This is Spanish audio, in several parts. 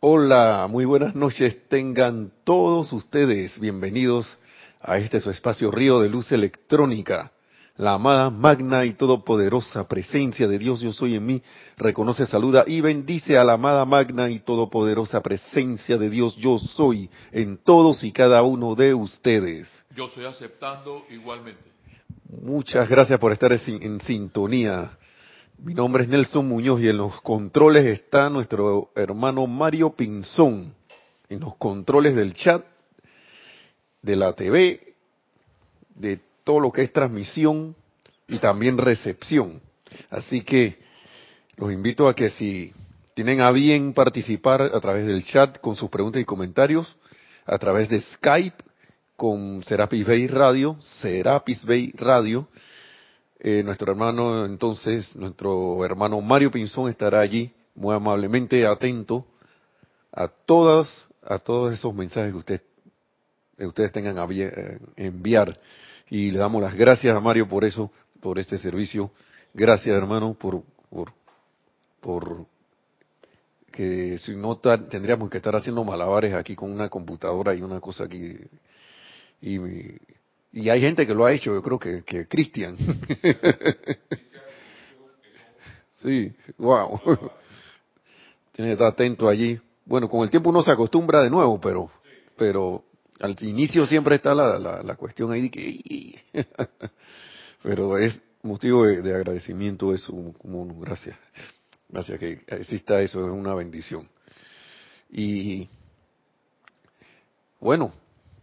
Hola, muy buenas noches tengan todos ustedes. Bienvenidos a este su espacio Río de Luz Electrónica. La amada, magna y todopoderosa presencia de Dios Yo Soy en mí reconoce, saluda y bendice a la amada, magna y todopoderosa presencia de Dios Yo Soy en todos y cada uno de ustedes. Yo estoy aceptando igualmente. Muchas gracias por estar en sintonía. Mi nombre es Nelson Muñoz y en los controles está nuestro hermano Mario Pinzón. En los controles del chat, de la TV, de todo lo que es transmisión y también recepción. Así que los invito a que si tienen a bien participar a través del chat con sus preguntas y comentarios, a través de Skype con Serapis Bay Radio, nuestro hermano Mario Pinzón estará allí muy amablemente atento a todos esos mensajes que ustedes tengan a bien, enviar. Y le damos las gracias a Mario por eso, por este servicio. Gracias, hermano, por que si no tendríamos que estar haciendo malabares aquí con una computadora y una cosa aquí. Y, y hay gente que lo ha hecho, yo creo que Cristian. Sí, wow. Tiene que estar atento allí. Bueno, con el tiempo uno se acostumbra de nuevo, pero al inicio siempre está la cuestión ahí de que... Pero es motivo de agradecimiento eso, como gracias. Gracias que exista eso, es una bendición. Y bueno,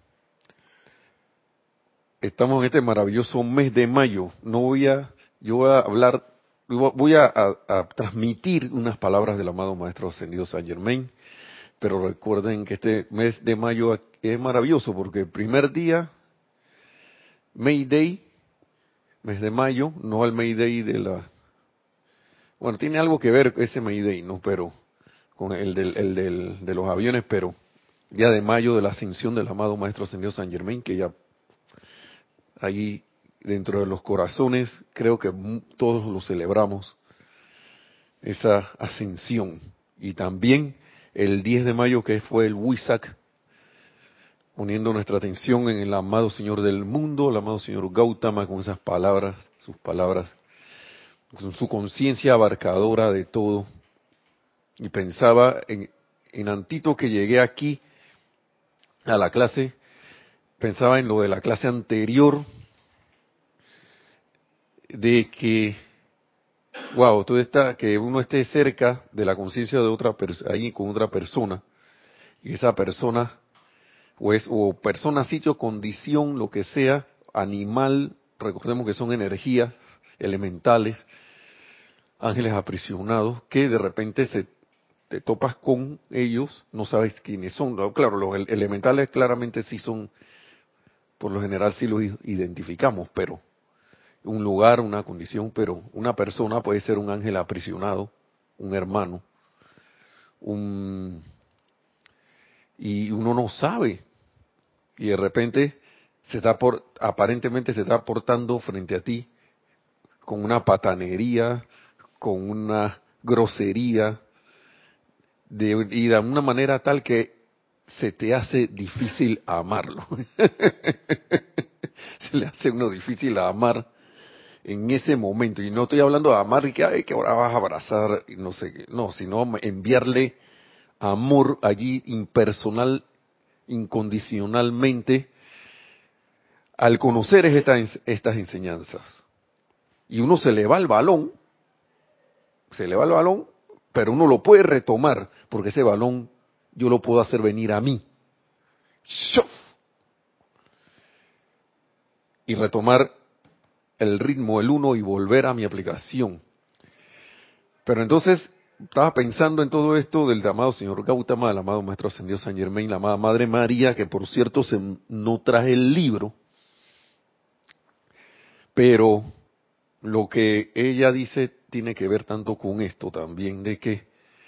estamos en este maravilloso mes de mayo. Yo voy a hablar, voy a transmitir unas palabras del amado Maestro Ascendido Saint Germain. Pero recuerden que este mes de mayo es maravilloso porque el primer día, May Day, mes de mayo, no el May Day bueno, tiene algo que ver ese May Day, ¿no? Pero con de los aviones, pero día de mayo de la ascensión del amado Maestro Ascendido San Germain, que ya ahí dentro de los corazones creo que todos lo celebramos, esa ascensión. Y también el 10 de mayo que fue el Huizac, poniendo nuestra atención en el amado Señor del mundo, el amado Señor Gautama, con esas palabras, sus palabras, con su conciencia abarcadora de todo. Y pensaba en Antito que llegué aquí a la clase, pensaba en lo de la clase anterior, de que, wow, que uno esté cerca de la conciencia de otra persona, ahí con otra persona, y esa persona, o persona, sitio, condición, lo que sea, animal, recordemos que son energías elementales, ángeles aprisionados, que de repente te topas con ellos, no sabes quiénes son. ¿No? Claro, los elementales claramente sí son, por lo general sí los identificamos, pero un lugar, una condición, pero una persona puede ser un ángel aprisionado, un hermano, y uno no sabe, y de repente aparentemente se está portando frente a ti con una patanería, con una grosería, y de una manera tal que se te hace difícil amarlo. Se le hace uno difícil a amar en ese momento. Y no estoy hablando de amar y que, ay, que ahora vas a abrazar, y no sé qué. No, sino enviarle amor allí impersonal, incondicionalmente, al conocer estas enseñanzas. Y uno se le va el balón, pero uno lo puede retomar, porque ese balón yo lo puedo hacer venir a mí. ¡Shuf! Y retomar el ritmo, el uno, y volver a mi aplicación. Pero entonces, estaba pensando en todo esto del amado señor Gautama, del amado Maestro Ascendido San Germain, la amada Madre María, que por cierto no traje el libro, pero lo que ella dice tiene que ver tanto con esto también, de que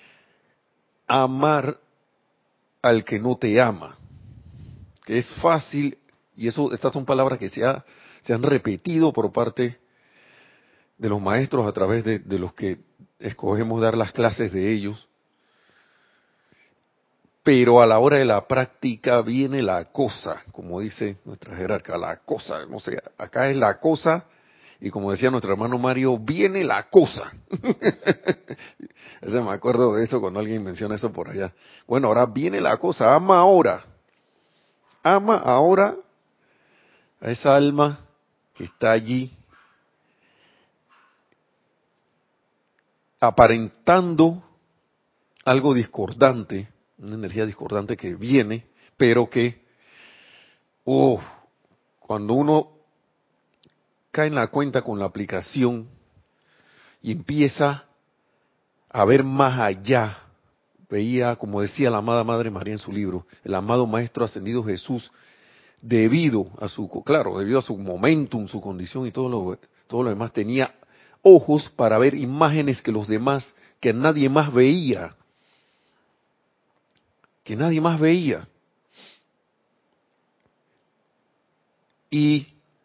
amar al que no te ama, que es fácil, y estas son palabras que se han repetido por parte de los maestros a través de los que escogemos dar las clases de ellos, pero a la hora de la práctica viene la cosa, como dice nuestra jerarca, la cosa, no sé, acá es la cosa, y como decía nuestro hermano Mario, viene la cosa. Ese me acuerdo de eso cuando alguien menciona eso por allá. Bueno, ahora viene la cosa, ama ahora a esa alma que está allí aparentando algo discordante, una energía discordante que viene, pero que, cuando uno cae en la cuenta con la aplicación y empieza a ver más allá, veía, como decía la amada Madre María en su libro, el amado Maestro Ascendido Jesús, debido a su momentum, su condición y todo lo demás, tenía ojos para ver imágenes que los demás, que nadie más veía, que nadie más veía. Y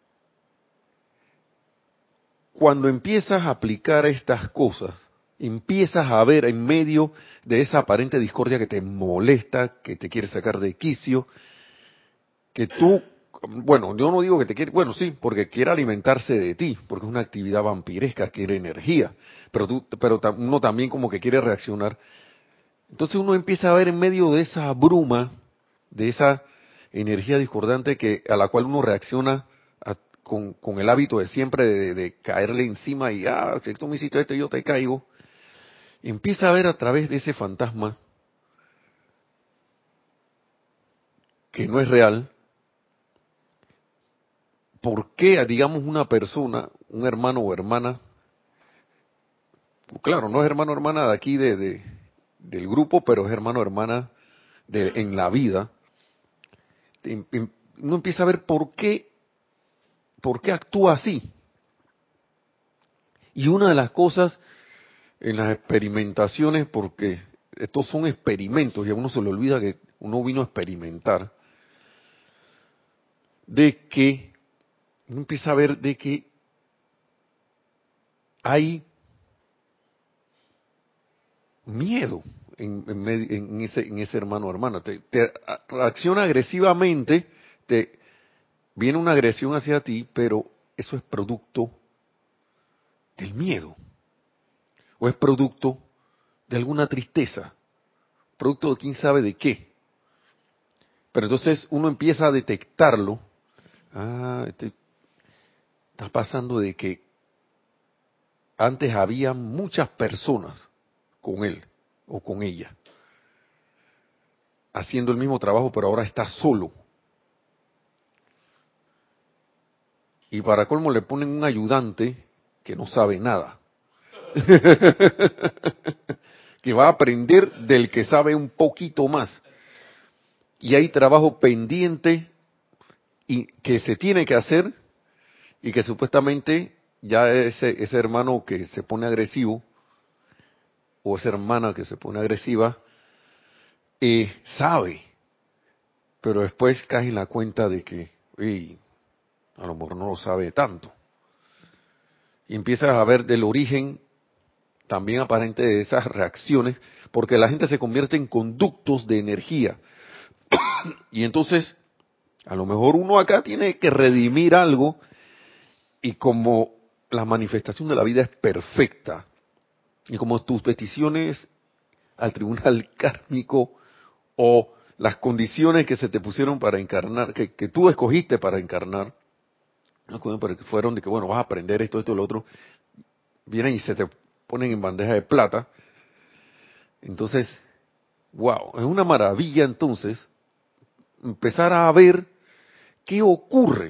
cuando empiezas a aplicar estas cosas, empiezas a ver en medio de esa aparente discordia que te molesta, que te quiere sacar de quicio, que tú, bueno, yo no digo que te quiere, bueno, sí, porque quiere alimentarse de ti, porque es una actividad vampiresca, quiere energía, pero uno también como que quiere reaccionar. Entonces uno empieza a ver en medio de esa bruma, de esa energía discordante a la cual uno reacciona con el hábito de siempre de caerle encima y, si tú me hiciste esto, yo te caigo. Empieza a ver a través de ese fantasma que no es real, por qué, digamos, una persona, un hermano o hermana, claro, no es hermano o hermana de aquí del grupo, pero es hermano o hermana en la vida, uno empieza a ver por qué actúa así. Y una de las cosas en las experimentaciones, porque estos son experimentos y a uno se le olvida que uno vino a experimentar, de que uno empieza a ver de que hay miedo en ese hermano o hermana. Te reacciona agresivamente, viene una agresión hacia ti, pero eso es producto del miedo, o es producto de alguna tristeza, producto de quién sabe de qué. Pero entonces uno empieza a detectarlo. Está pasando de que antes había muchas personas con él o con ella haciendo el mismo trabajo, pero ahora está solo. Y para colmo le ponen un ayudante que no sabe nada. Que va a aprender del que sabe un poquito más. Y hay trabajo pendiente y que se tiene que hacer y que supuestamente ya ese hermano que se pone agresivo o esa hermana que se pone agresiva sabe, pero después cae en la cuenta de que a lo mejor no lo sabe tanto. Y empiezas a ver del origen también aparente de esas reacciones, porque la gente se convierte en conductos de energía. Y entonces, a lo mejor uno acá tiene que redimir algo, y como la manifestación de la vida es perfecta, y como tus peticiones al tribunal kármico o las condiciones que se te pusieron para encarnar, que tú escogiste para encarnar, no fueron de que, bueno, vas a aprender esto, esto, lo otro, vienen y se te ponen en bandeja de plata. Entonces, wow, es una maravilla entonces empezar a ver qué ocurre.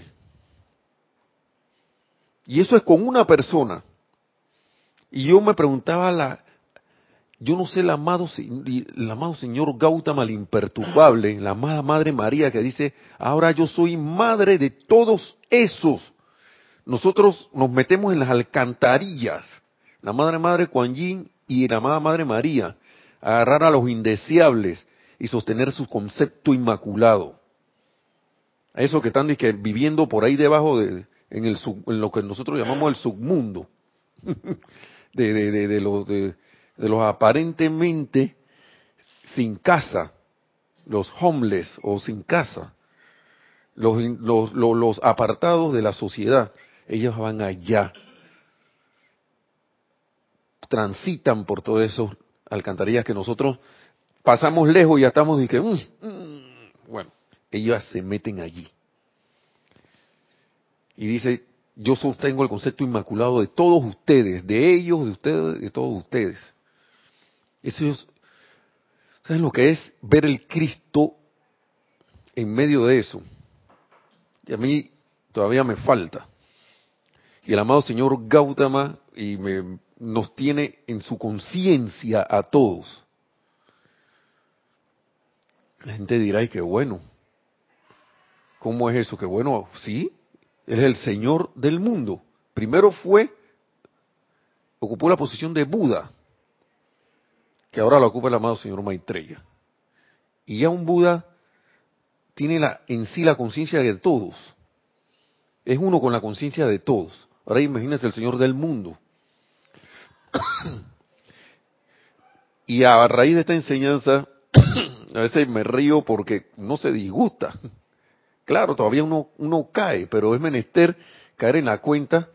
Y eso es con una persona. Y yo me preguntaba yo no sé, el amado señor Gautama, el imperturbable, la amada Madre María que dice, ahora yo soy madre de todos esos. Nosotros nos metemos en las alcantarillas, la Madre Kuan Yin y la amada Madre María, agarrar a los indeseables y sostener su concepto inmaculado. A esos que están viviendo por ahí debajo en lo que nosotros llamamos el submundo, de los aparentemente sin casa, los homeless o sin casa, los apartados de la sociedad, ellos van allá, transitan por todas esas alcantarillas que nosotros pasamos lejos y ya estamos y que, bueno, ellos se meten allí. Y dice, yo sostengo el concepto inmaculado de todos ustedes, de ellos, de ustedes, de todos ustedes. Eso es, ¿sabes lo que es ver el Cristo en medio de eso? Y a mí todavía me falta. Y el amado señor Gautama nos tiene en su conciencia a todos. La gente dirá, y qué bueno. ¿Cómo es eso? Que bueno, sí, Él es el Señor del mundo. Primero ocupó la posición de Buda, que ahora la ocupa el amado señor Maitreya. Y ya un Buda tiene en sí la conciencia de todos. Es uno con la conciencia de todos. Ahora imagínense el Señor del mundo. Y a raíz de esta enseñanza, a veces me río porque no se disgusta. Claro, todavía uno cae, pero es menester caer en la cuenta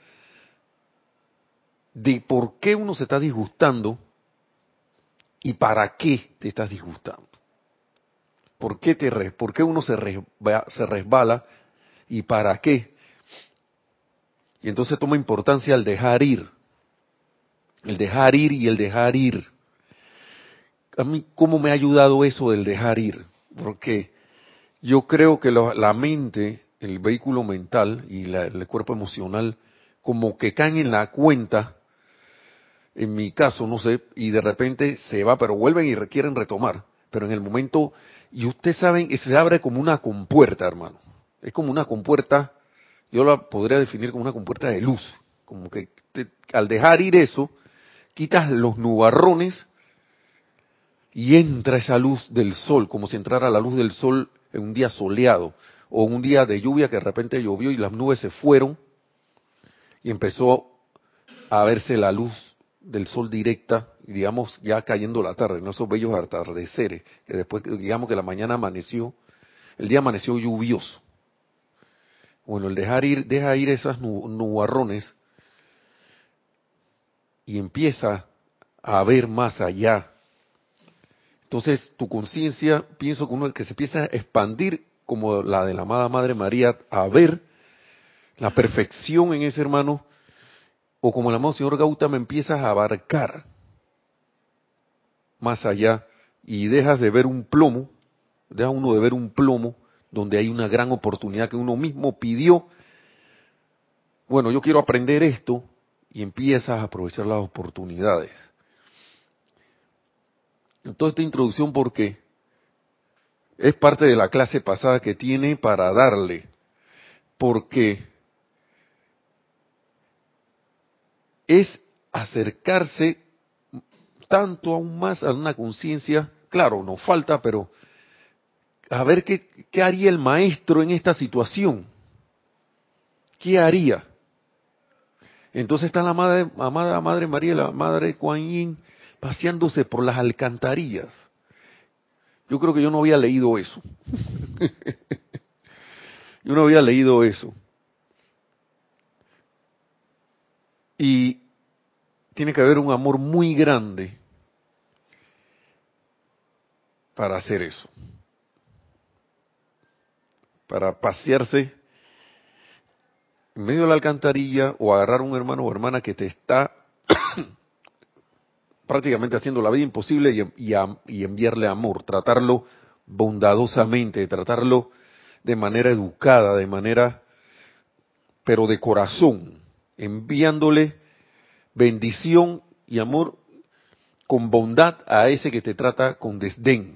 de por qué uno se está disgustando y para qué te estás disgustando. ¿Por qué uno se resbala y para qué? Y entonces toma importancia el dejar ir. El dejar ir y el dejar ir. A mí, ¿cómo me ha ayudado eso del dejar ir? Porque yo creo que la mente, el vehículo mental y el cuerpo emocional, como que caen en la cuenta, en mi caso, no sé, y de repente se va, pero vuelven y quieren retomar. Pero en el momento, y ustedes saben, se abre como una compuerta, hermano. Es como una compuerta, yo la podría definir como una compuerta de luz. Como que al dejar ir eso, quitas los nubarrones y entra esa luz del sol, como si entrara la luz del sol en un día soleado, o un día de lluvia que de repente llovió y las nubes se fueron, y empezó a verse la luz del sol directa, digamos ya cayendo la tarde, ¿no? Esos bellos atardeceres, que después, digamos que la mañana amaneció, el día amaneció lluvioso. Bueno, el deja ir esas nubarrones y empieza a ver más allá. Entonces, tu conciencia, pienso que se empieza a expandir como la de la amada Madre María, a ver la perfección en ese hermano, o como el amado señor Gautama, empiezas a abarcar más allá y dejas de ver un plomo, deja uno de ver un plomo donde hay una gran oportunidad que uno mismo pidió. Bueno, yo quiero aprender esto y empiezas a aprovechar las oportunidades. Entonces, esta introducción, porque es parte de la clase pasada que tiene para darle, porque es acercarse tanto aún más a una conciencia, claro, nos falta, pero a ver qué haría el maestro en esta situación. ¿Qué haría? Entonces está la amada Madre María, la Madre Kuan Yin, paseándose por las alcantarillas. Yo creo que yo no había leído eso. Yo no había leído eso. Y tiene que haber un amor muy grande para hacer eso. Para pasearse en medio de la alcantarilla o agarrar a un hermano o hermana que te está prácticamente haciendo la vida imposible y enviarle amor, tratarlo bondadosamente, tratarlo de manera educada, pero de corazón, enviándole bendición y amor con bondad a ese que te trata con desdén.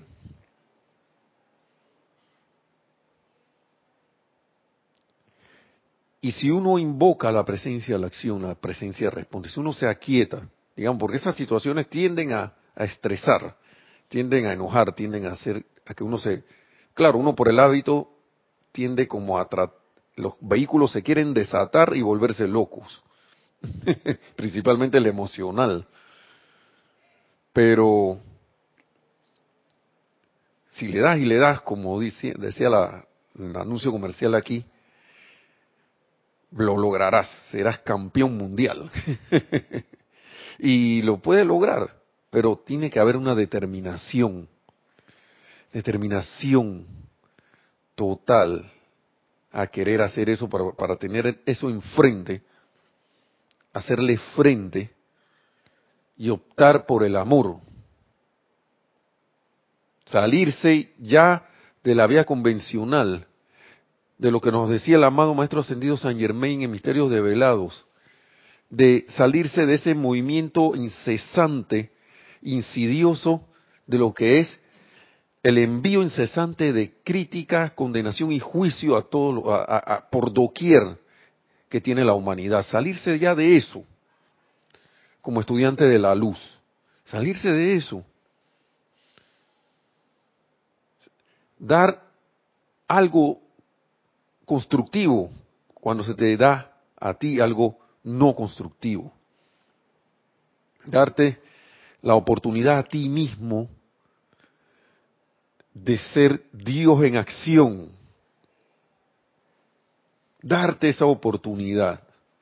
Y si uno invoca la presencia de la acción, la presencia responde, si uno se aquieta, digamos, porque esas situaciones tienden a estresar, tienden a enojar, tienden a hacer, a que uno claro, uno por el hábito tiende como los vehículos se quieren desatar y volverse locos, principalmente el emocional. Pero si le das y le das, como decía el anuncio comercial aquí, lo lograrás, serás campeón mundial. Y lo puede lograr, pero tiene que haber una determinación total a querer hacer eso para tener eso enfrente, hacerle frente y optar por el amor. Salirse ya de la vía convencional, de lo que nos decía el amado Maestro Ascendido Saint Germain en Misterios Develados, de salirse de ese movimiento incesante, insidioso, de lo que es el envío incesante de crítica, condenación y juicio a todo, por doquier que tiene la humanidad. Salirse ya de eso, como estudiante de la luz. Salirse de eso. Dar algo constructivo cuando se te da a ti algo no constructivo. Darte la oportunidad a ti mismo de ser Dios en acción. Darte esa oportunidad.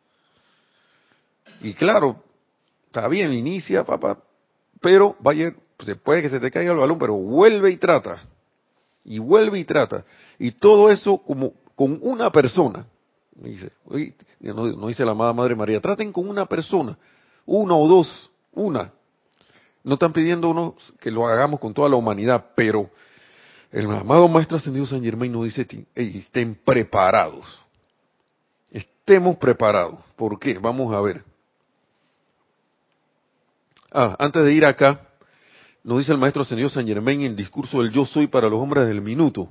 Y claro, está bien, inicia, papá, pero vaya, se puede que se te caiga el balón, pero vuelve y trata. Y vuelve y trata. Y todo eso como con una persona. Dice, no dice la amada Madre María, traten con una persona, una o dos, una. No están pidiéndonos que lo hagamos con toda la humanidad, pero el amado Maestro Ascendido Saint Germain nos dice, estén preparados. Estemos preparados. ¿Por qué? Vamos a ver. Antes de ir acá, nos dice el Maestro Ascendido Saint Germain en el discurso del Yo Soy para los hombres del minuto.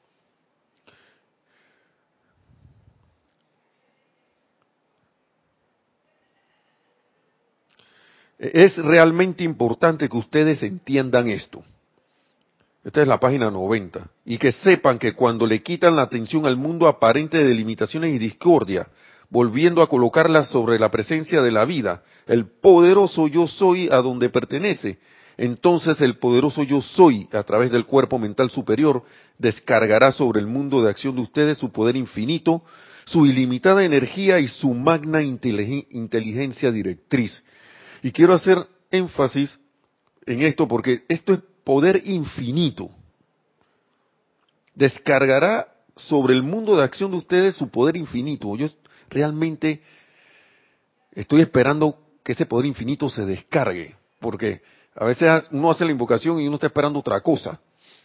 Es realmente importante que ustedes entiendan esto. Esta es la página 90. Y que sepan que cuando le quitan la atención al mundo aparente de limitaciones y discordia, volviendo a colocarla sobre la presencia de la vida, el poderoso yo soy a donde pertenece, entonces el poderoso yo soy, a través del cuerpo mental superior, descargará sobre el mundo de acción de ustedes su poder infinito, su ilimitada energía y su magna inteligencia directriz. Y quiero hacer énfasis en esto porque esto es poder infinito. Descargará sobre el mundo de acción de ustedes su poder infinito. Yo realmente estoy esperando que ese poder infinito se descargue, porque a veces uno hace la invocación y uno está esperando otra cosa.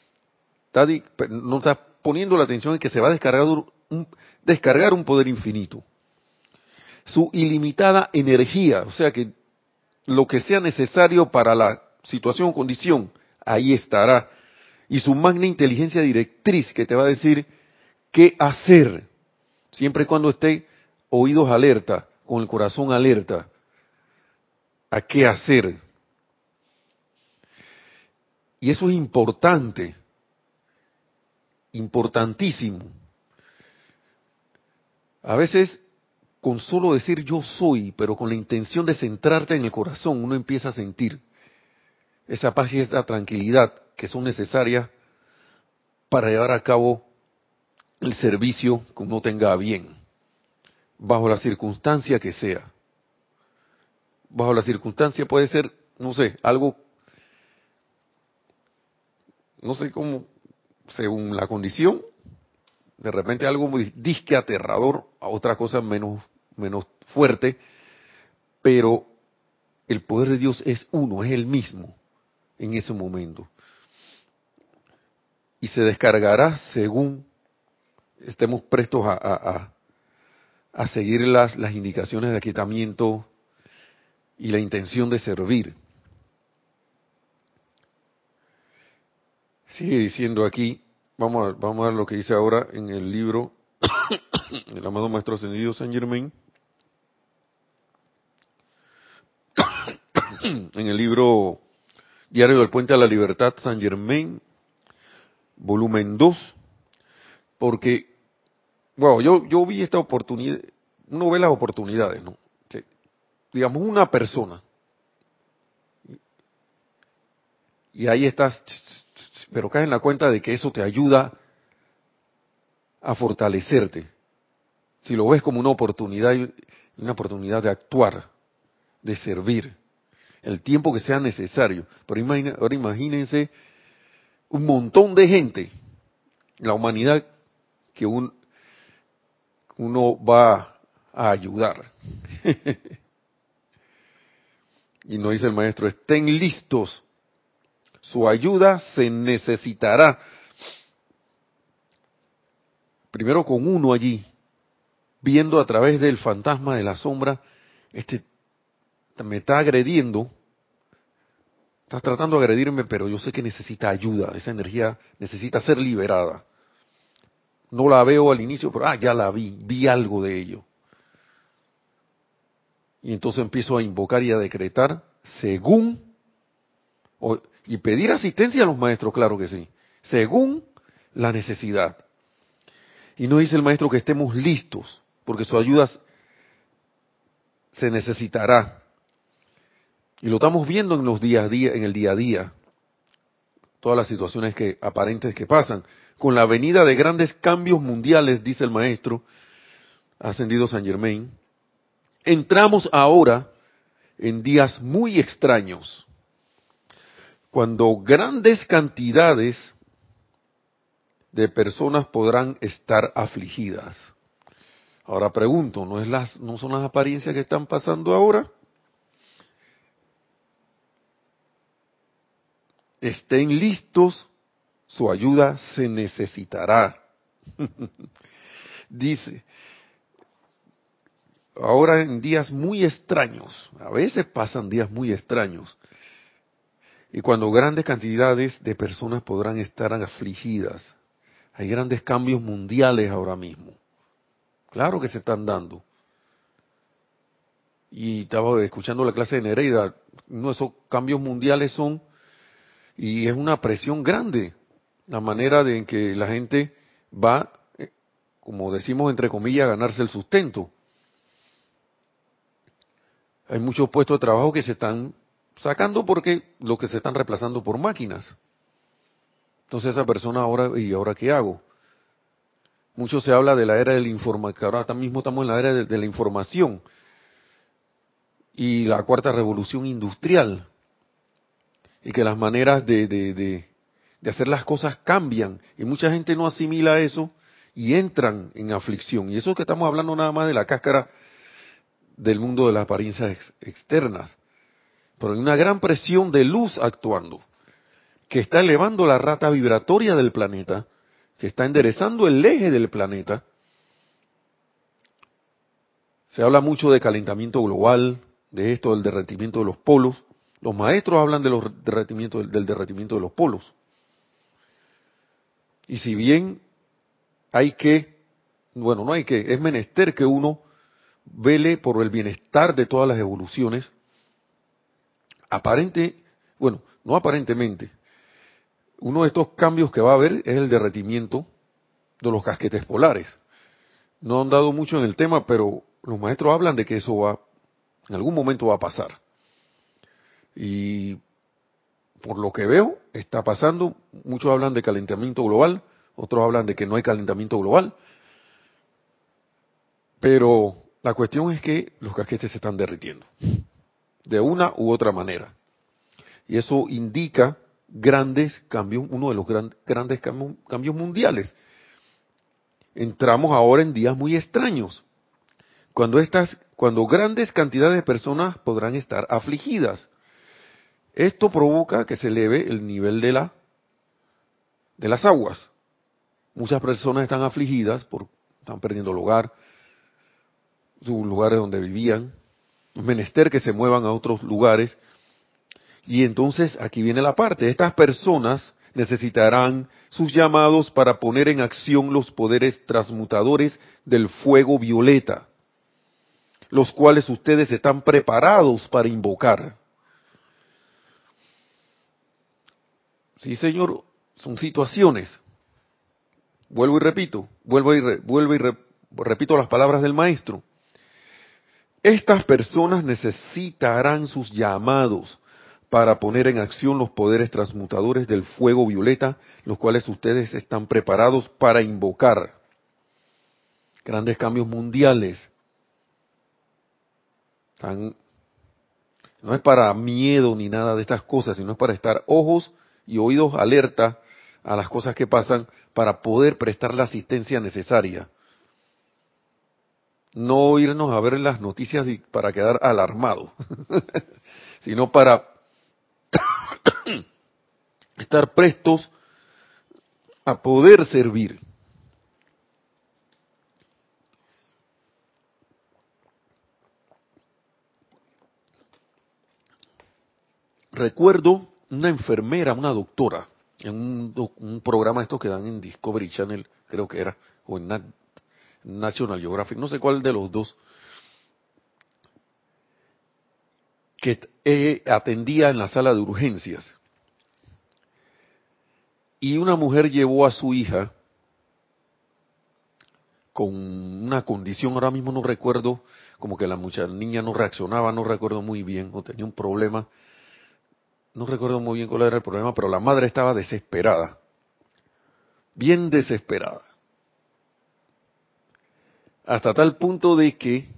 No está poniendo la atención en que se va a descargar un poder infinito. Su ilimitada energía, o sea que lo que sea necesario para la situación o condición, ahí estará. Y su magna inteligencia directriz que te va a decir qué hacer, siempre y cuando esté oídos alerta, con el corazón alerta, a qué hacer. Y eso es importante, importantísimo. A veces, con solo decir yo soy, pero con la intención de centrarte en el corazón, uno empieza a sentir esa paz y esa tranquilidad que son necesarias para llevar a cabo el servicio que uno tenga bien, bajo la circunstancia que sea. Bajo la circunstancia puede ser, no sé, algo, no sé cómo, según la condición, de repente algo muy disque aterrador, a otra cosa menos fuerte, pero el poder de Dios es uno, es el mismo en ese momento. Y se descargará según estemos prestos a seguir las indicaciones de aquietamiento y la intención de servir. Sigue diciendo aquí, vamos a ver lo que dice ahora en el libro del amado Maestro Ascendido Saint Germain, en el libro Diario del Puente a la Libertad, Saint Germain, volumen 2, porque, wow, yo vi esta oportunidad, uno ve las oportunidades, ¿no? Sí. Digamos, una persona, y ahí estás pero caes en la cuenta de que eso te ayuda a fortalecerte. Si lo ves como una oportunidad de actuar, de servir, el tiempo que sea necesario. Pero ahora imagínense un montón de gente, la humanidad que uno va a ayudar. Y nos dice el maestro, estén listos, su ayuda se necesitará. Primero con uno allí, viendo a través del fantasma de la sombra, me está agrediendo, está tratando de agredirme, pero yo sé que necesita ayuda, esa energía necesita ser liberada. No la veo al inicio, pero ya la vi algo de ello. Y entonces empiezo a invocar y a decretar según, y pedir asistencia a los maestros, claro que sí, según la necesidad. Y nos dice el maestro que estemos listos, porque su ayuda se necesitará. Y lo estamos viendo en los días a día, en el día a día, todas las situaciones aparentes que pasan. Con la venida de grandes cambios mundiales, dice el maestro ascendido Saint Germain, entramos ahora en días muy extraños, cuando grandes cantidades de personas podrán estar afligidas. Ahora pregunto, ¿no son las apariencias que están pasando ahora? Estén listos, su ayuda se necesitará. Dice, ahora en días muy extraños, a veces pasan días muy extraños, y cuando grandes cantidades de personas podrán estar afligidas, hay grandes cambios mundiales ahora mismo. Claro que se están dando. Y estaba escuchando la clase de Nereida, uno de esos cambios mundiales y es una presión grande, la manera en que la gente va, como decimos entre comillas, a ganarse el sustento. Hay muchos puestos de trabajo que se están sacando porque lo que se están reemplazando por máquinas. Entonces esa persona ¿ahora qué hago? Mucho se habla de la era de la información, que ahora mismo estamos en la era de la información y la cuarta revolución industrial, y que las maneras de hacer las cosas cambian, y mucha gente no asimila eso y entran en aflicción. Y eso es que estamos hablando nada más de la cáscara del mundo de las apariencias externas, pero hay una gran presión de luz actuando, que está elevando la rata vibratoria del planeta, que está enderezando el eje del planeta. Se habla mucho de calentamiento global, de esto, del derretimiento de los polos. Los maestros hablan de del derretimiento de los polos. Y si bien es menester que uno vele por el bienestar de todas las evoluciones, no aparentemente, uno de estos cambios que va a haber es el derretimiento de los casquetes polares. No han dado mucho en el tema, pero los maestros hablan de que eso en algún momento va a pasar. Y por lo que veo, está pasando. Muchos hablan de calentamiento global, otros hablan de que no hay calentamiento global. Pero la cuestión es que los casquetes se están derritiendo, de una u otra manera. Y eso indica grandes cambios, uno de los grandes cambios mundiales. Entramos ahora en días muy extraños, cuando grandes cantidades de personas podrán estar afligidas. Esto provoca que se eleve el nivel de las aguas. Muchas personas están afligidas están perdiendo el hogar, sus lugares donde vivían. Es menester que se muevan a otros lugares. Y entonces aquí viene la parte. Estas personas necesitarán sus llamados para poner en acción los poderes transmutadores del fuego violeta, los cuales ustedes están preparados para invocar. Sí, señor, son situaciones. Vuelvo y repito, repito las palabras del maestro. Estas personas necesitarán sus llamados para poner en acción los poderes transmutadores del fuego violeta, los cuales ustedes están preparados para invocar. Grandes cambios mundiales. No es para miedo ni nada de estas cosas, sino es para estar ojos y oídos alerta a las cosas que pasan para poder prestar la asistencia necesaria. No irnos a ver las noticias para quedar alarmados, sino para estar prestos a poder servir. Recuerdo una enfermera, una doctora, en un programa estos que dan en Discovery Channel, creo que era, o en National Geographic, no sé cuál de los dos, que atendía en la sala de urgencias. Y una mujer llevó a su hija con una condición, ahora mismo no recuerdo, como que la niña no reaccionaba, no recuerdo muy bien, o tenía un problema, no recuerdo muy bien cuál era el problema, pero la madre estaba desesperada, bien desesperada, hasta tal punto de que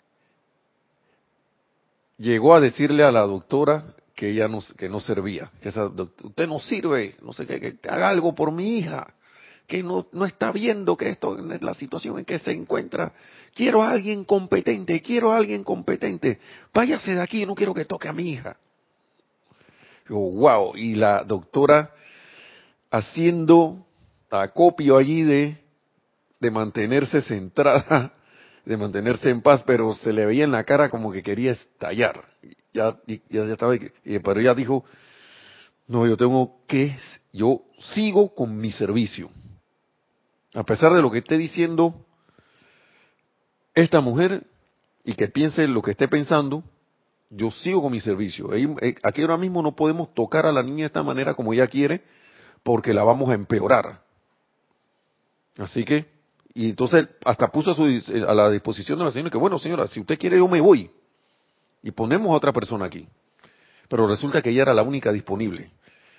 llegó a decirle a la doctora que ella que no servía, que usted no sirve, no sé qué, que haga algo por mi hija, que no está viendo que esto es la situación en que se encuentra. Quiero a alguien competente, quiero a alguien competente. Váyase de aquí, no quiero que toque a mi hija. Yo, wow, y la doctora haciendo acopio allí de mantenerse centrada, de mantenerse en paz, pero se le veía en la cara como que quería estallar. Ya estaba, pero ella dijo, no, yo sigo con mi servicio. A pesar de lo que esté diciendo esta mujer y que piense lo que esté pensando, yo sigo con mi servicio. Aquí ahora mismo no podemos tocar a la niña de esta manera como ella quiere, porque la vamos a empeorar. Así que, y entonces hasta puso a la disposición de la señora que, bueno señora, si usted quiere yo me voy. Y ponemos a otra persona aquí. Pero resulta que ella era la única disponible.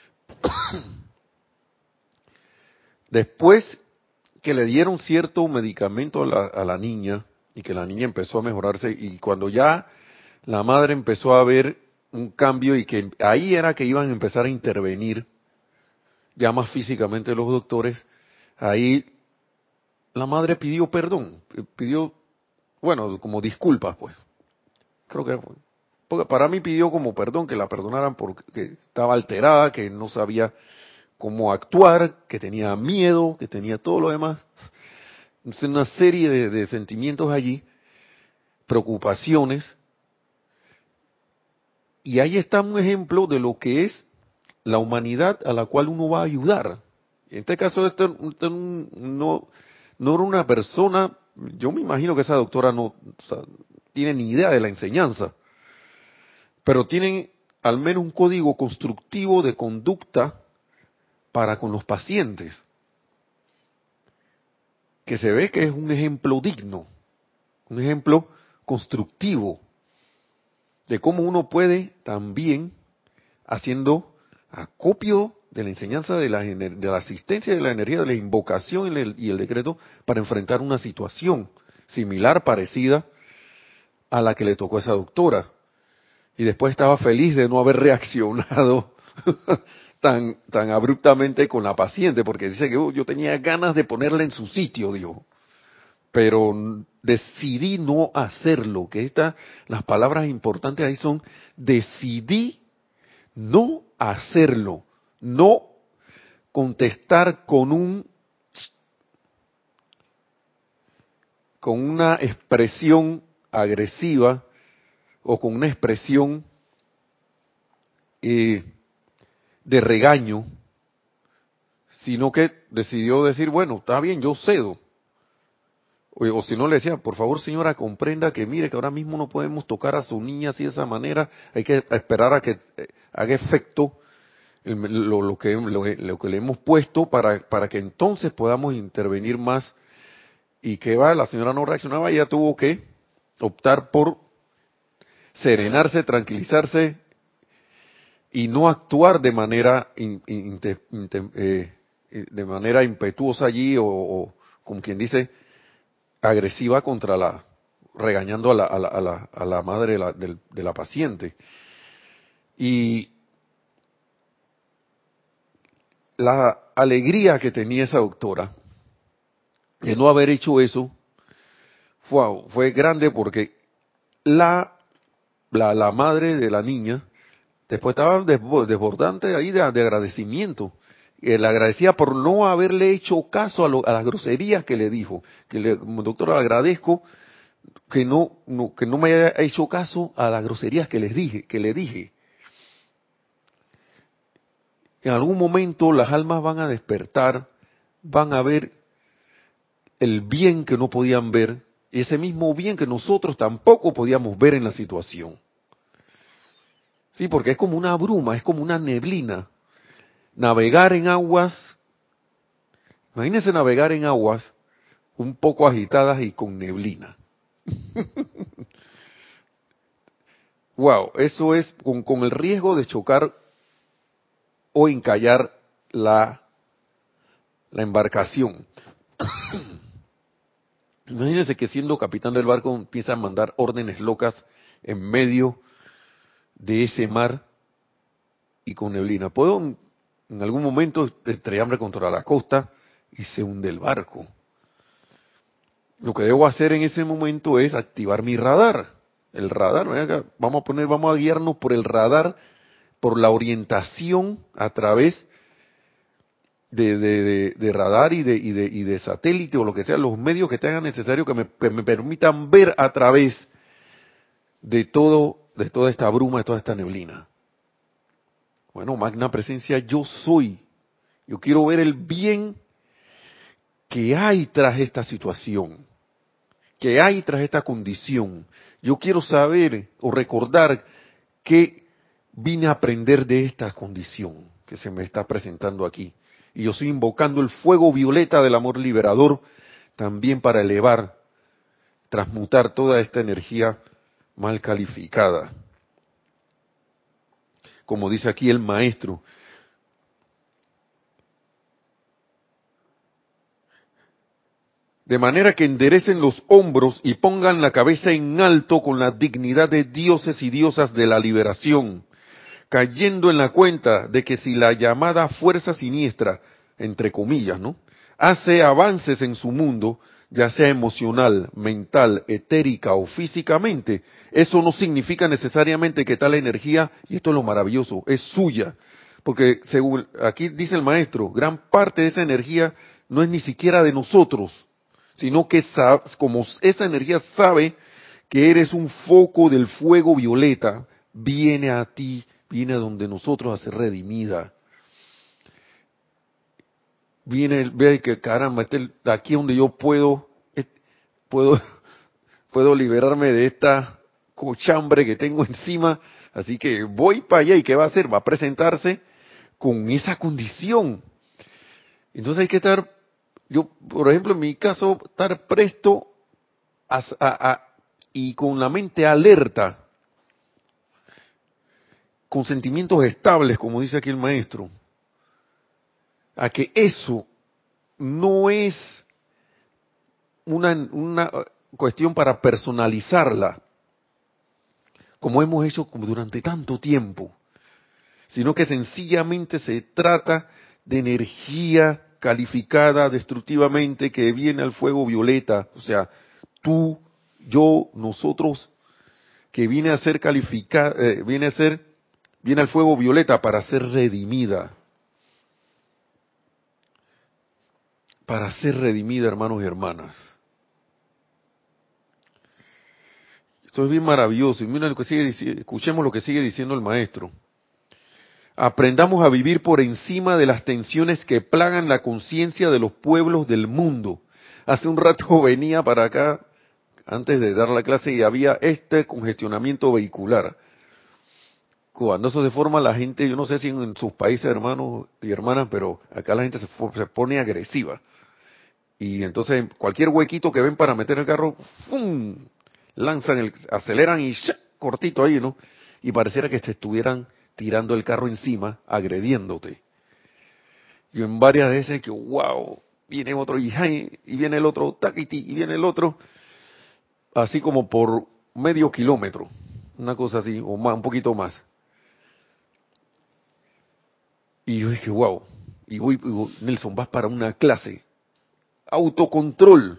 Después que le dieron cierto medicamento a la niña y que la niña empezó a mejorarse y cuando ya la madre empezó a ver un cambio y que ahí era que iban a empezar a intervenir ya más físicamente los doctores, ahí la madre pidió perdón, pidió, bueno, como disculpas pues, creo que fue. Porque para mí pidió como perdón, que la perdonaran porque estaba alterada, que no sabía cómo actuar, que tenía miedo, que tenía todo lo demás. Entonces, una serie de sentimientos allí, preocupaciones, y ahí está un ejemplo de lo que es la humanidad a la cual uno va a ayudar. En este caso, no era una persona, yo me imagino que esa doctora no tiene ni idea de la enseñanza, pero tienen al menos un código constructivo de conducta para con los pacientes, que se ve que es un ejemplo digno, un ejemplo constructivo de cómo uno puede también, haciendo acopio de la enseñanza de la asistencia de la energía, de la invocación y el decreto, para enfrentar una situación similar, parecida a la que le tocó a esa doctora. Y después estaba feliz de no haber reaccionado tan abruptamente con la paciente, porque dice que yo tenía ganas de ponerla en su sitio, dijo, pero decidí no hacerlo, las palabras importantes ahí son, decidí no hacerlo, no contestar con una expresión agresiva o con una expresión de regaño, sino que decidió decir, bueno, está bien, yo cedo. O si no le decía, por favor señora, comprenda que mire que ahora mismo no podemos tocar a su niña así de esa manera, hay que esperar a que haga efecto lo que le hemos puesto para que entonces podamos intervenir más. Y que la señora no reaccionaba y ella tuvo que optar por serenarse, tranquilizarse y no actuar de manera de manera impetuosa allí o como quien dice agresiva contra regañando a la madre de la paciente. Y la alegría que tenía esa doctora de no haber hecho eso fue grande, porque la madre de la niña después estaba desbordante ahí de agradecimiento. Le agradecía por no haberle hecho caso a las groserías que le dijo. Doctor, le agradezco que no me haya hecho caso a las groserías que le dije. En algún momento las almas van a despertar, van a ver el bien que no podían ver, ese mismo bien que nosotros tampoco podíamos ver en la situación. Sí, porque es como una bruma, es como una neblina. Navegar en aguas, imagínense navegar en aguas un poco agitadas y con neblina. Wow, eso es con el riesgo de chocar o encallar la embarcación. Imagínense que siendo capitán del barco empieza a mandar órdenes locas en medio de ese mar y con neblina. Puedo en algún momento estrellarme contra la costa y se hunde el barco. Lo que debo hacer en ese momento es activar mi radar. El radar, vamos a guiarnos por el radar, por la orientación a través de radar y de satélite o lo que sea, los medios que tengan necesario que me permitan ver a través de toda esta bruma, de toda esta neblina. Bueno, magna presencia, yo soy. Yo quiero ver el bien que hay tras esta situación, que hay tras esta condición. Yo quiero saber o recordar que vine a aprender de esta condición que se me está presentando aquí. Y yo estoy invocando el fuego violeta del amor liberador también para elevar, transmutar toda esta energía mal calificada. Como dice aquí el maestro, de manera que enderecen los hombros y pongan la cabeza en alto con la dignidad de dioses y diosas de la liberación, cayendo en la cuenta de que si la llamada fuerza siniestra, entre comillas, ¿no?, hace avances en su mundo, ya sea emocional, mental, etérica o físicamente, eso no significa necesariamente que tal energía, y esto es lo maravilloso, es suya. Porque según aquí dice el maestro, gran parte de esa energía no es ni siquiera de nosotros, sino que como esa energía sabe que eres un foco del fuego violeta, viene a ti, viene a donde nosotros a ser redimida. Viene, ve que caramba, aquí es donde yo puedo liberarme de esta cochambre que tengo encima, así que voy para allá. ¿Y qué va a hacer? Va a presentarse con esa condición. Entonces hay que estar, yo, por ejemplo, en mi caso, estar presto y con la mente alerta, con sentimientos estables, como dice aquí el maestro, a que eso no es una cuestión para personalizarla, como hemos hecho durante tanto tiempo, sino que sencillamente se trata de energía calificada destructivamente que viene al fuego violeta, o sea, tú, yo, nosotros, que viene a ser calificada, viene al fuego violeta para ser redimida. Para ser redimida, hermanos y hermanas. Esto es bien maravilloso. Y mira lo que sigue diciendo, escuchemos lo que sigue diciendo el maestro. Aprendamos a vivir por encima de las tensiones que plagan la conciencia de los pueblos del mundo. Hace un rato venía para acá, antes de dar la clase, y había este congestionamiento vehicular. Cuando eso se forma, la gente, yo no sé si en sus países, hermanos y hermanas, pero acá la gente se pone agresiva. Y entonces cualquier huequito que ven para meter el carro, ¡fum!, aceleran y ¡shak!, cortito ahí, ¿no? Y pareciera que se estuvieran tirando el carro encima, agrediéndote. Yo en varias veces que, wow, viene otro y viene el otro, taquiti, y viene el otro, así como por medio kilómetro, una cosa así, o más, un poquito más. Y yo dije, wow, y voy, Nelson, vas para una clase, autocontrol,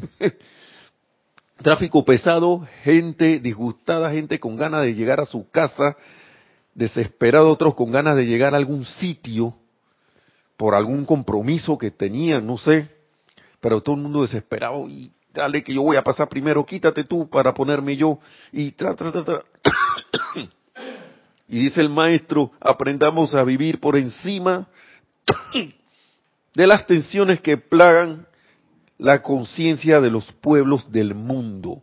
tráfico pesado, gente disgustada, gente con ganas de llegar a su casa, desesperado, otros con ganas de llegar a algún sitio, por algún compromiso que tenían, no sé, pero todo el mundo desesperado y dale que yo voy a pasar primero, quítate tú para ponerme yo y Y dice el maestro, aprendamos a vivir por encima de las tensiones que plagan la conciencia de los pueblos del mundo.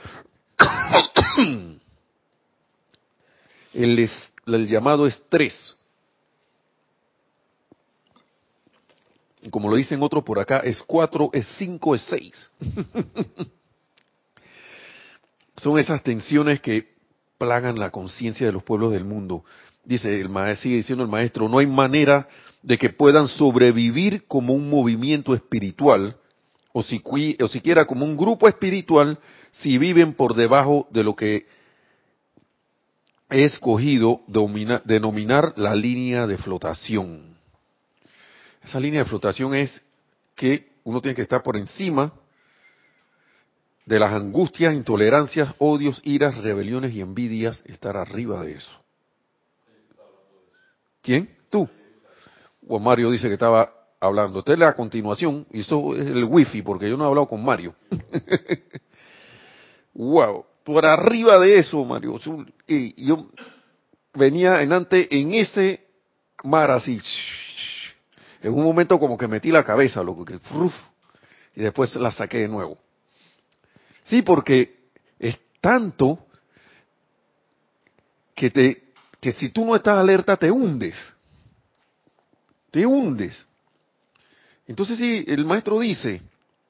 El llamado estrés. Como lo dicen otros por acá, es 4, es 5, es 6. Son esas tensiones que plagan la conciencia de los pueblos del mundo. Dice el maestro, sigue diciendo el maestro, no hay manera de que puedan sobrevivir como un movimiento espiritual o siquiera como un grupo espiritual si viven por debajo de lo que he escogido denominar la línea de flotación. Esa línea de flotación es que uno tiene que estar por encima de las angustias, intolerancias, odios, iras, rebeliones y envidias, estar arriba de eso. ¿Quién? ¿Tú? O Mario dice que estaba hablando. Usted a continuación, y eso es el wifi, porque yo no he hablado con Mario. Wow, por arriba de eso, Mario. Y yo venía en ese mar así. En un momento como que metí la cabeza, loco, que y después la saqué de nuevo. Sí, porque es tanto que si tú no estás alerta te hundes. Te hundes. Entonces sí, el maestro dice,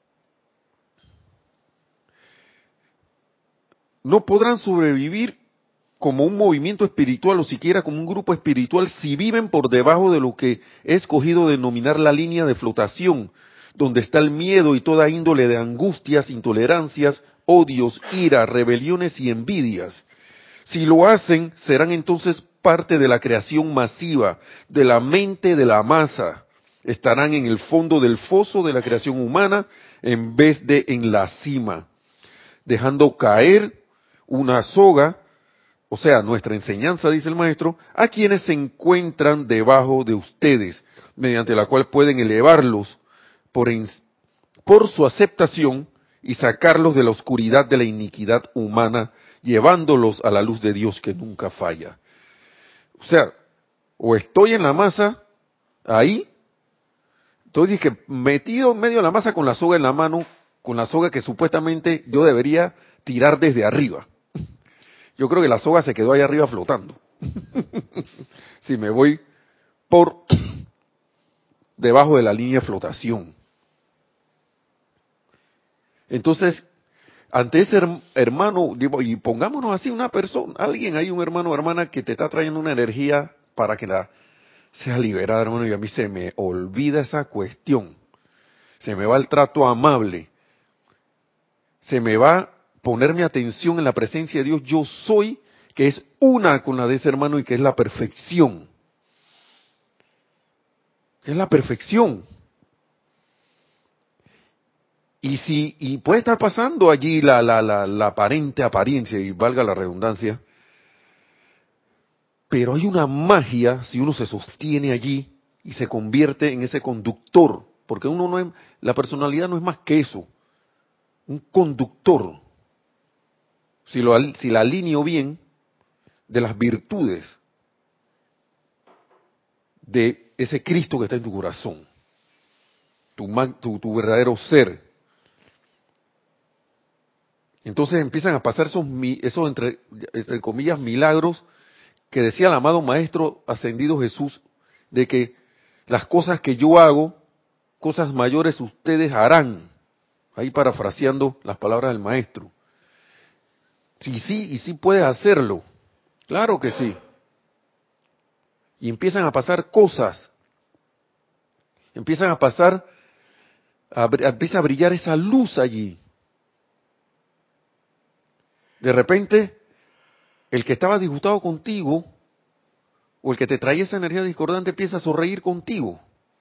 no podrán sobrevivir como un movimiento espiritual o siquiera como un grupo espiritual si viven por debajo de lo que he escogido denominar la línea de flotación, donde está el miedo y toda índole de angustias, intolerancias, odios, ira, rebeliones y envidias. Si lo hacen, serán entonces parte de la creación masiva, de la mente de la masa. Estarán en el fondo del foso de la creación humana en vez de en la cima, dejando caer una soga, o sea, nuestra enseñanza, dice el maestro, a quienes se encuentran debajo de ustedes, mediante la cual pueden elevarlos por su aceptación y sacarlos de la oscuridad de la iniquidad humana, llevándolos a la luz de Dios que nunca falla. O sea, o estoy en la masa, ahí, estoy que metido en medio de la masa con la soga en la mano, con la soga que supuestamente yo debería tirar desde arriba. Yo creo que la soga se quedó ahí arriba flotando. Si me voy por debajo de la línea de flotación. Entonces, ante ese hermano, y pongámonos así, una persona, alguien ahí, un hermano o hermana que te está trayendo una energía para que la sea liberada, hermano, y a mí se me olvida esa cuestión. Se me va el trato amable. Se me va poner mi atención en la presencia de Dios. Yo soy, que es una con la de ese hermano y que es la perfección. Que es la perfección. Y puede estar pasando allí la aparente apariencia, y valga la redundancia, pero hay una magia si uno se sostiene allí y se convierte en ese conductor, porque uno no es, la personalidad no es más que eso, un conductor, si la alineo bien, de las virtudes de ese Cristo que está en tu corazón, tu verdadero ser. Entonces empiezan a pasar esos entre comillas milagros que decía el amado Maestro Ascendido Jesús, de que las cosas que yo hago, cosas mayores ustedes harán. Ahí parafraseando las palabras del Maestro. Sí, sí, y sí puedes hacerlo. Claro que sí. y empiezan a pasar cosas, empiezan a pasar, empieza a brillar esa luz allí. De repente, el que estaba disgustado contigo, o el que te traía esa energía discordante, empieza a sonreír contigo.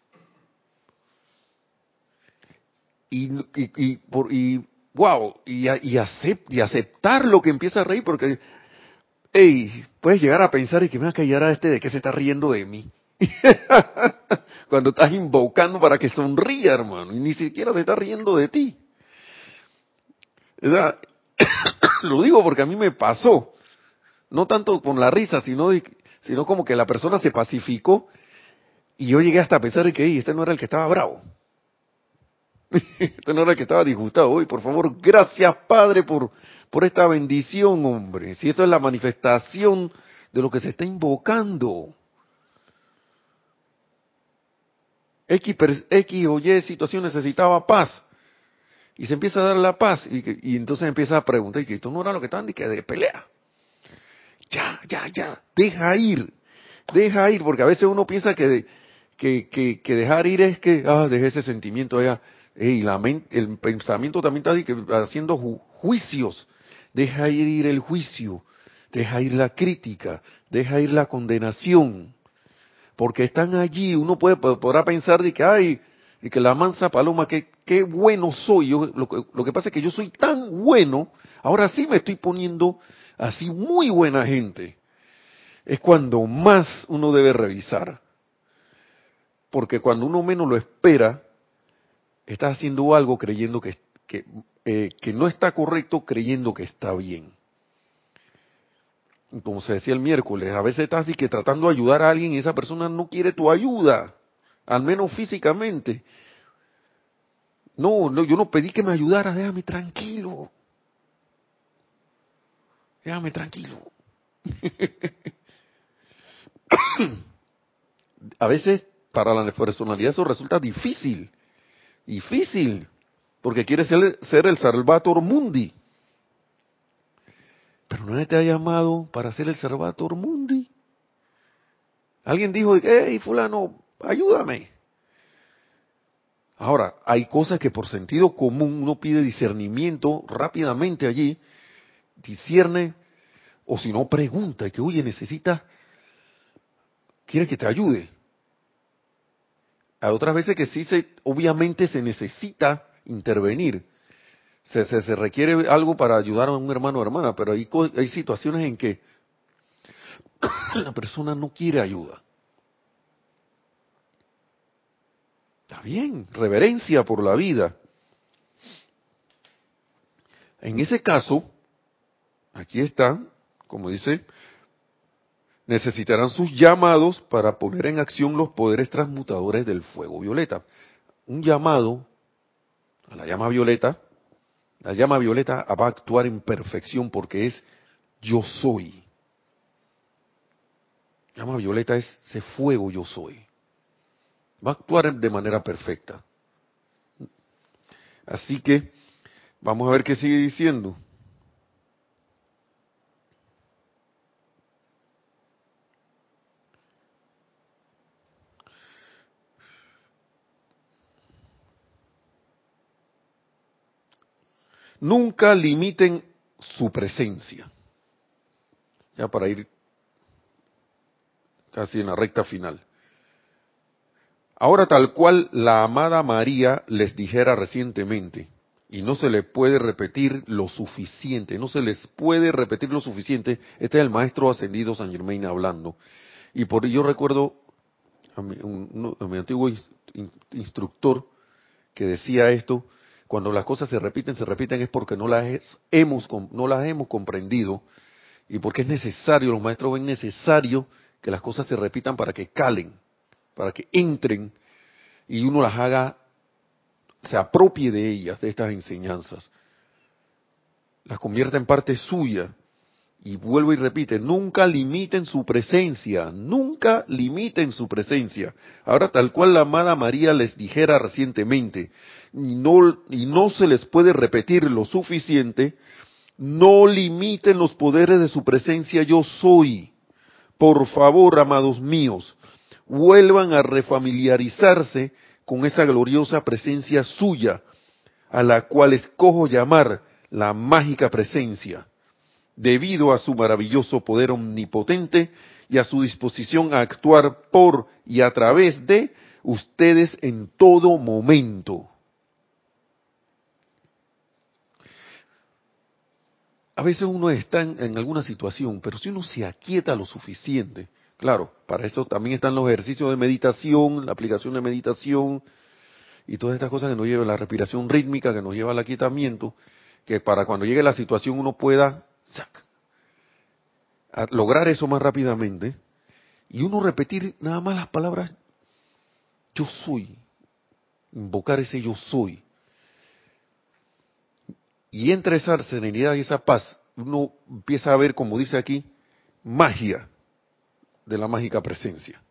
Y aceptar lo que empieza a reír, porque, hey, puedes llegar a pensar y que me va a callar a este de que se está riendo de mí. Cuando estás invocando para que sonría, hermano, y ni siquiera se está riendo de ti. ¿Verdad? Lo digo porque a mí me pasó, no tanto con la risa, sino como que la persona se pacificó y yo llegué hasta a pensar de que hey, este no era el que estaba bravo. Este no era el que estaba disgustado. Hoy, por favor, gracias Padre por esta bendición, hombre. Si esto es la manifestación de lo que se está invocando. X o Y situación necesitaba paz. Y se empieza a dar la paz. Y entonces empieza a preguntar, ¿y que esto no era lo que estaban de pelea? Ya. Deja ir, porque a veces uno piensa que dejar ir es que, deje ese sentimiento allá. Y el pensamiento también está haciendo juicios. Deja ir el juicio, deja ir la crítica, deja ir la condenación. Porque están allí, uno podrá pensar de que, y que la mansa paloma, qué bueno soy. Lo que pasa es que yo soy tan bueno, ahora sí me estoy poniendo así muy buena gente. Es cuando más uno debe revisar. Porque cuando uno menos lo espera, está haciendo algo creyendo que no está correcto, creyendo que está bien. Como se decía el miércoles, a veces estás así que tratando de ayudar a alguien y esa persona no quiere tu ayuda, al menos físicamente. No, yo no pedí que me ayudaras, déjame tranquilo. Déjame tranquilo. A veces para la personalidad eso resulta difícil, porque quiere ser el Salvator Mundi. Pero nadie te ha llamado para ser el Salvator Mundi. Alguien dijo, hey, fulano, ayúdame. Ahora, hay cosas que por sentido común uno pide discernimiento rápidamente allí, discierne, o si no pregunta, que oye, quiere que te ayude. Hay otras veces que sí, obviamente se necesita intervenir. Se requiere algo para ayudar a un hermano o hermana, pero hay situaciones en que la persona no quiere ayuda. Está bien, reverencia por la vida. En ese caso, aquí está, como dice, necesitarán sus llamados para poner en acción los poderes transmutadores del fuego violeta. Un llamado a la llama violeta va a actuar en perfección porque es yo soy. La llama violeta es ese fuego yo soy. Va a actuar de manera perfecta. Así que vamos a ver qué sigue diciendo. Nunca limiten su presencia. Ya para ir casi en la recta final. Ahora tal cual la amada María les dijera recientemente, y no se le puede repetir lo suficiente, no se les puede repetir lo suficiente, este es el maestro ascendido San Germain hablando, y por ello recuerdo a mi antiguo instructor que decía esto, cuando las cosas se repiten es porque no las hemos comprendido, y porque es necesario, los maestros ven necesario que las cosas se repitan para que calen, para que entren y uno las haga, se apropie de ellas, de estas enseñanzas, las convierta en parte suya. Y vuelvo y repite, nunca limiten su presencia, nunca limiten su presencia. Ahora tal cual la amada María les dijera recientemente, y no se les puede repetir lo suficiente, no limiten los poderes de su presencia yo soy, Por favor, amados míos, vuelvan a refamiliarizarse con esa gloriosa presencia suya, a la cual escojo llamar la mágica presencia, debido a su maravilloso poder omnipotente y a su disposición a actuar por y a través de ustedes en todo momento. A veces uno está en alguna situación, pero si uno se aquieta lo suficiente, claro, para eso también están los ejercicios de meditación, la aplicación de meditación y todas estas cosas que nos llevan a la respiración rítmica, que nos lleva al aquietamiento, que para cuando llegue la situación uno pueda a lograr eso más rápidamente y uno repetir nada más las palabras yo soy, invocar ese yo soy. Y entre esa serenidad y esa paz, uno empieza a ver, como dice aquí, magia de la mágica presencia.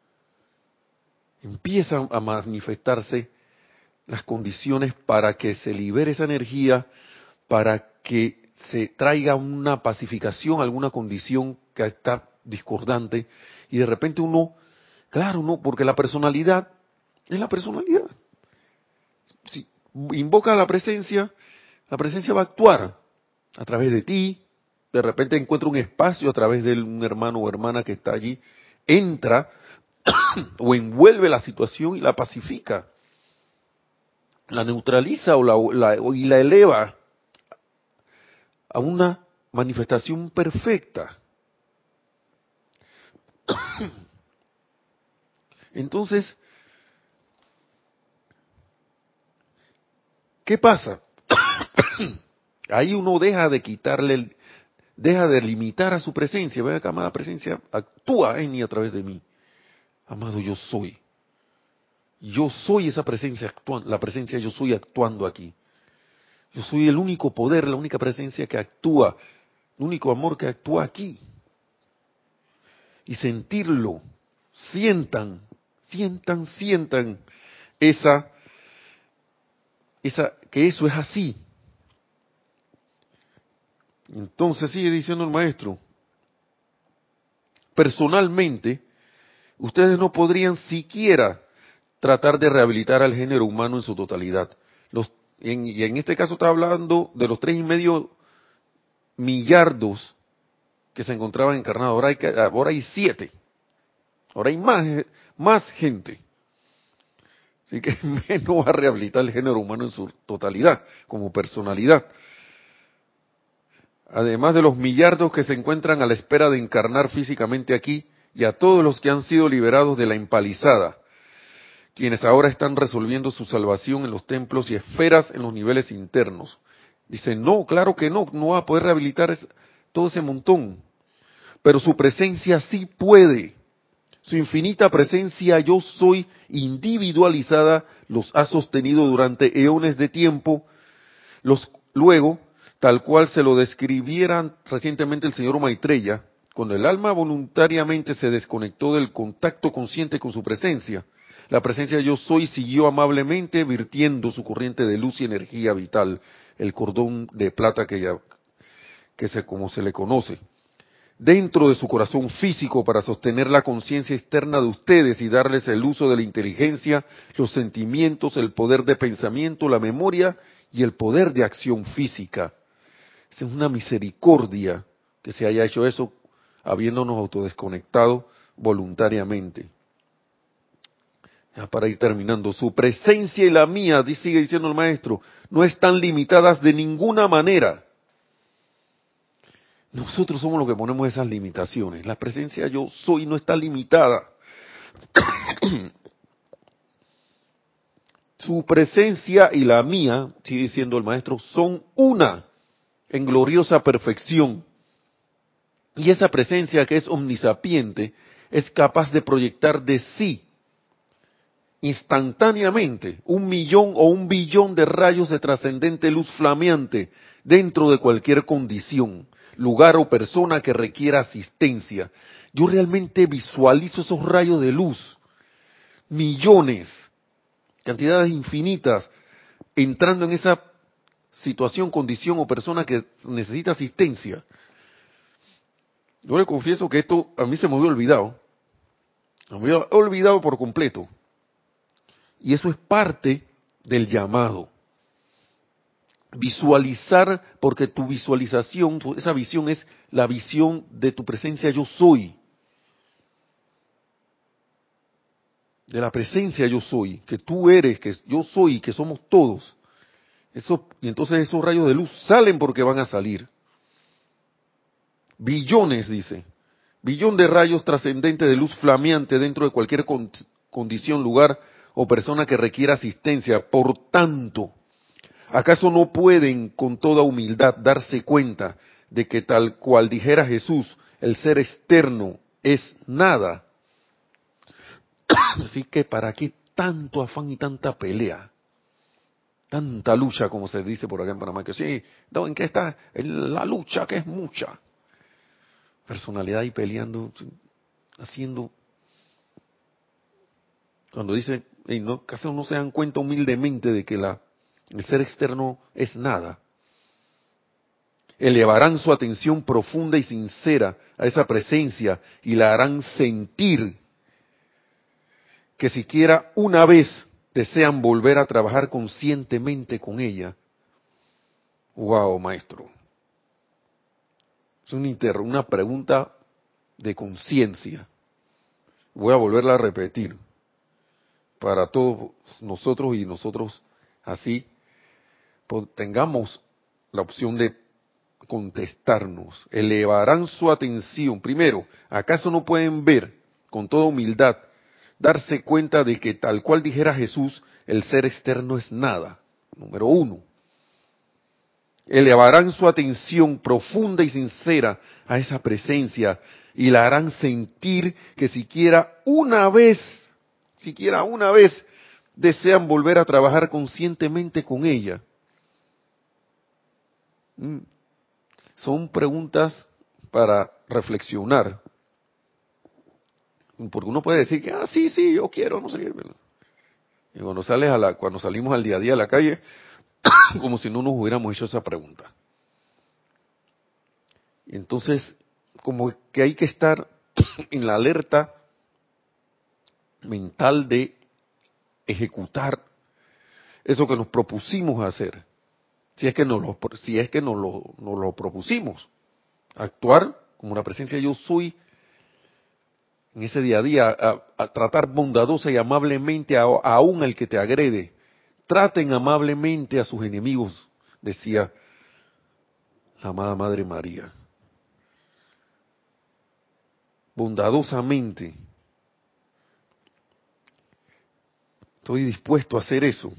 Empiezan a manifestarse las condiciones para que se libere esa energía, para que se traiga una pacificación, alguna condición que está discordante, y de repente uno, claro, no, porque la personalidad es la personalidad. Si invoca la presencia va a actuar a través de ti, de repente encuentra un espacio a través de un hermano o hermana que está allí, entra o envuelve la situación y la pacifica, la neutraliza y la eleva a una manifestación perfecta. Entonces, ¿qué pasa? Ahí uno deja de quitarle, deja de limitar a su presencia. Ve acá, amada presencia, actúa en y a través de mí. Amado, yo soy. Yo soy esa presencia actuando, la presencia yo soy actuando aquí. Yo soy el único poder, la única presencia que actúa, el único amor que actúa aquí. Y sentirlo, sientan que eso es así. Entonces sigue diciendo el maestro, personalmente, ustedes no podrían siquiera tratar de rehabilitar al género humano en su totalidad. Y en este caso está hablando de los 3,5 millardos que se encontraban encarnados. Ahora hay 7. Ahora hay más gente. Así que menos va a rehabilitar el género humano en su totalidad, como personalidad. Además de los millardos que se encuentran a la espera de encarnar físicamente aquí, y a todos los que han sido liberados de la empalizada, quienes ahora están resolviendo su salvación en los templos y esferas en los niveles internos. Dice, no, claro que no va a poder rehabilitar todo ese montón, pero su presencia sí puede. Su infinita presencia yo soy individualizada los ha sostenido durante eones de tiempo, luego, tal cual se lo describieran recientemente el señor Maitreya, cuando el alma voluntariamente se desconectó del contacto consciente con su presencia, la presencia yo soy siguió amablemente virtiendo su corriente de luz y energía vital, el cordón de plata como se le conoce, dentro de su corazón físico para sostener la conciencia externa de ustedes y darles el uso de la inteligencia, los sentimientos, el poder de pensamiento, la memoria y el poder de acción física. Es una misericordia que se haya hecho eso habiéndonos autodesconectado voluntariamente. Ya para ir terminando, su presencia y la mía, sigue diciendo el maestro, no están limitadas de ninguna manera. Nosotros somos los que ponemos esas limitaciones. La presencia yo soy no está limitada. Su presencia y la mía, sigue diciendo el maestro, son una en gloriosa perfección. Y esa presencia que es omnisapiente es capaz de proyectar de sí instantáneamente 1,000,000 o 1,000,000,000 de rayos de trascendente luz flameante dentro de cualquier condición, lugar o persona que requiera asistencia. Yo realmente visualizo esos rayos de luz, millones, cantidades infinitas, entrando en esa situación, condición o persona que necesita asistencia. Yo le confieso que esto a mí se me había olvidado. Me había olvidado por completo. Y eso es parte del llamado. Visualizar, porque tu visualización, esa visión es la visión de tu presencia yo soy. De la presencia yo soy, que tú eres, que yo soy, que somos todos. Eso, y entonces esos rayos de luz salen porque van a salir. Billones, dice. Billón de rayos trascendentes de luz flameante dentro de cualquier condición, lugar o persona que requiera asistencia. Por tanto, ¿acaso no pueden con toda humildad darse cuenta de que tal cual dijera Jesús, el ser externo es nada? Así que ¿para qué tanto afán y tanta pelea? Tanta lucha, como se dice por acá en Panamá, que sí, ¿en qué está? En la lucha, que es mucha. Personalidad y peleando, haciendo. Cuando dice, ¿acaso no se dan cuenta humildemente de que el ser externo es nada? Elevarán su atención profunda y sincera a esa presencia y la harán sentir que siquiera una vez desean volver a trabajar conscientemente con ella. Wow, maestro. Es una pregunta de conciencia. Voy a volverla a repetir para todos nosotros y nosotros así tengamos la opción de contestarnos. Elevarán su atención. Primero, ¿acaso no pueden ver con toda humildad, darse cuenta de que tal cual dijera Jesús, el ser externo es nada? Número uno. Elevarán su atención profunda y sincera a esa presencia y la harán sentir que siquiera una vez desean volver a trabajar conscientemente con ella. Son preguntas para reflexionar. Porque uno puede decir que, sí, yo quiero, no sé qué. Y cuando salimos al día a día a la calle, como si no nos hubiéramos hecho esa pregunta. Y entonces, como que hay que estar en la alerta mental de ejecutar eso que nos propusimos hacer. Si es que nos lo propusimos. Actuar como la presencia yo soy en ese día a día, a tratar bondadosa y amablemente aún al que te agrede. Traten amablemente a sus enemigos, decía la amada Madre María. Bondadosamente. Estoy dispuesto a hacer eso.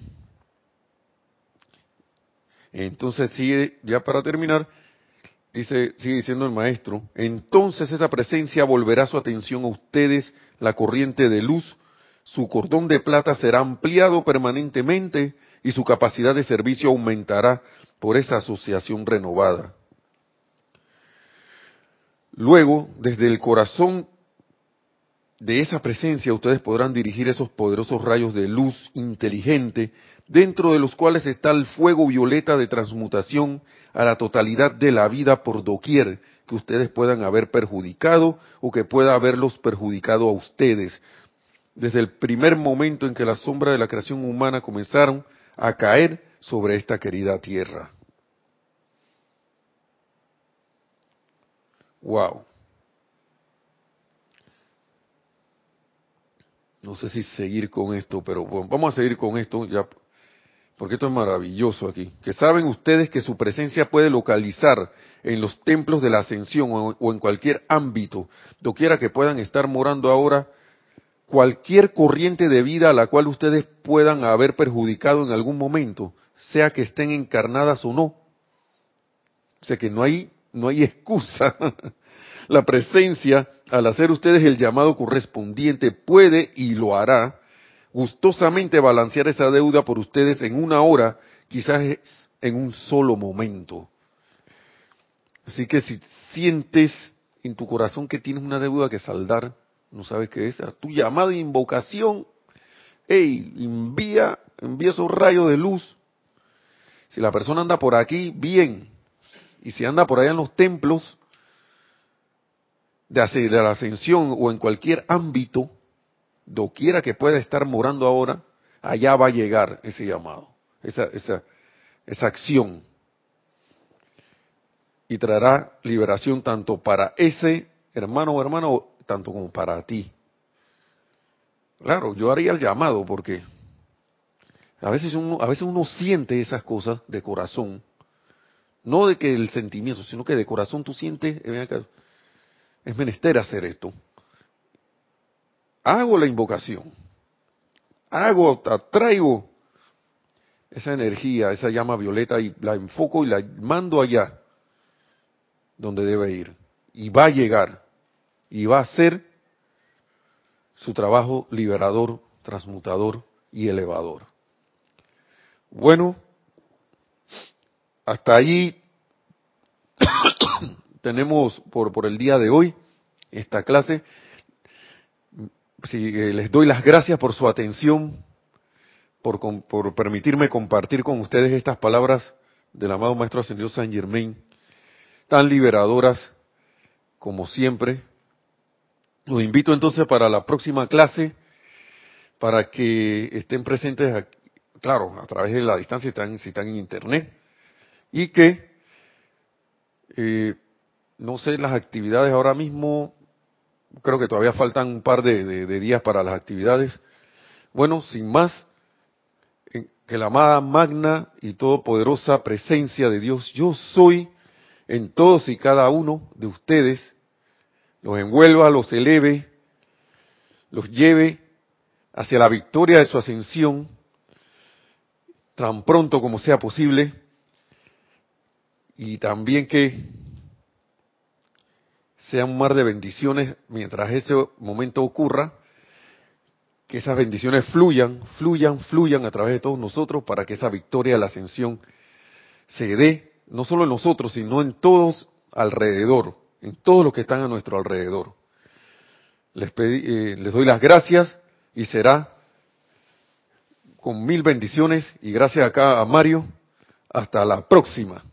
Entonces sigue, ya para terminar, sigue diciendo el maestro, entonces esa presencia volverá su atención a ustedes, la corriente de luz, su cordón de plata será ampliado permanentemente y su capacidad de servicio aumentará por esa asociación renovada. Luego, desde el corazón de esa presencia ustedes podrán dirigir esos poderosos rayos de luz inteligente, dentro de los cuales está el fuego violeta de transmutación a la totalidad de la vida por doquier que ustedes puedan haber perjudicado o que pueda haberlos perjudicado a ustedes, desde el primer momento en que la sombra de la creación humana comenzaron a caer sobre esta querida tierra. Wow. No sé si seguir con esto, pero bueno, vamos a seguir con esto ya, porque esto es maravilloso aquí. Que saben ustedes que su presencia puede localizar en los templos de la ascensión o en cualquier ámbito, doquiera que puedan estar morando ahora, cualquier corriente de vida a la cual ustedes puedan haber perjudicado en algún momento, sea que estén encarnadas o no. O sea que no hay excusa. La presencia, al hacer ustedes el llamado correspondiente, puede y lo hará gustosamente balancear esa deuda por ustedes en una hora, quizás en un solo momento. Así que si sientes en tu corazón que tienes una deuda que saldar, no sabes qué es, a tu llamado e invocación, envía esos rayos de luz. Si la persona anda por aquí, bien. Y si anda por allá en los templos, de la ascensión o en cualquier ámbito, doquiera que pueda estar morando ahora, allá va a llegar ese llamado, esa acción. Y traerá liberación tanto para ese hermano o hermana, tanto como para ti. Claro, yo haría el llamado porque a veces uno siente esas cosas de corazón, no de que el sentimiento, sino que de corazón tú sientes, ven acá, es menester hacer esto. Hago la invocación, atraigo esa energía, esa llama violeta y la enfoco y la mando allá donde debe ir. Y va a llegar y va a ser su trabajo liberador, transmutador y elevador. Bueno, hasta ahí tenemos por el día de hoy esta clase. Les doy las gracias por su atención, por permitirme compartir con ustedes estas palabras del amado Maestro Ascendido Saint Germain, tan liberadoras como siempre. Los invito entonces para la próxima clase, para que estén presentes, claro, a través de la distancia, si están en internet, y que, no sé, las actividades ahora mismo, creo que todavía faltan un par de días para las actividades. Bueno, sin más, que la amada magna y todopoderosa presencia de Dios, yo soy, en todos y cada uno de ustedes, los envuelva, los eleve, los lleve hacia la victoria de su ascensión, tan pronto como sea posible, y también que sea un mar de bendiciones mientras ese momento ocurra, que esas bendiciones fluyan a través de todos nosotros para que esa victoria de la ascensión se dé, no solo en nosotros, sino en todos alrededor, en todos los que están a nuestro alrededor. Les doy las gracias y será con 1000 bendiciones y gracias acá a Mario. Hasta la próxima.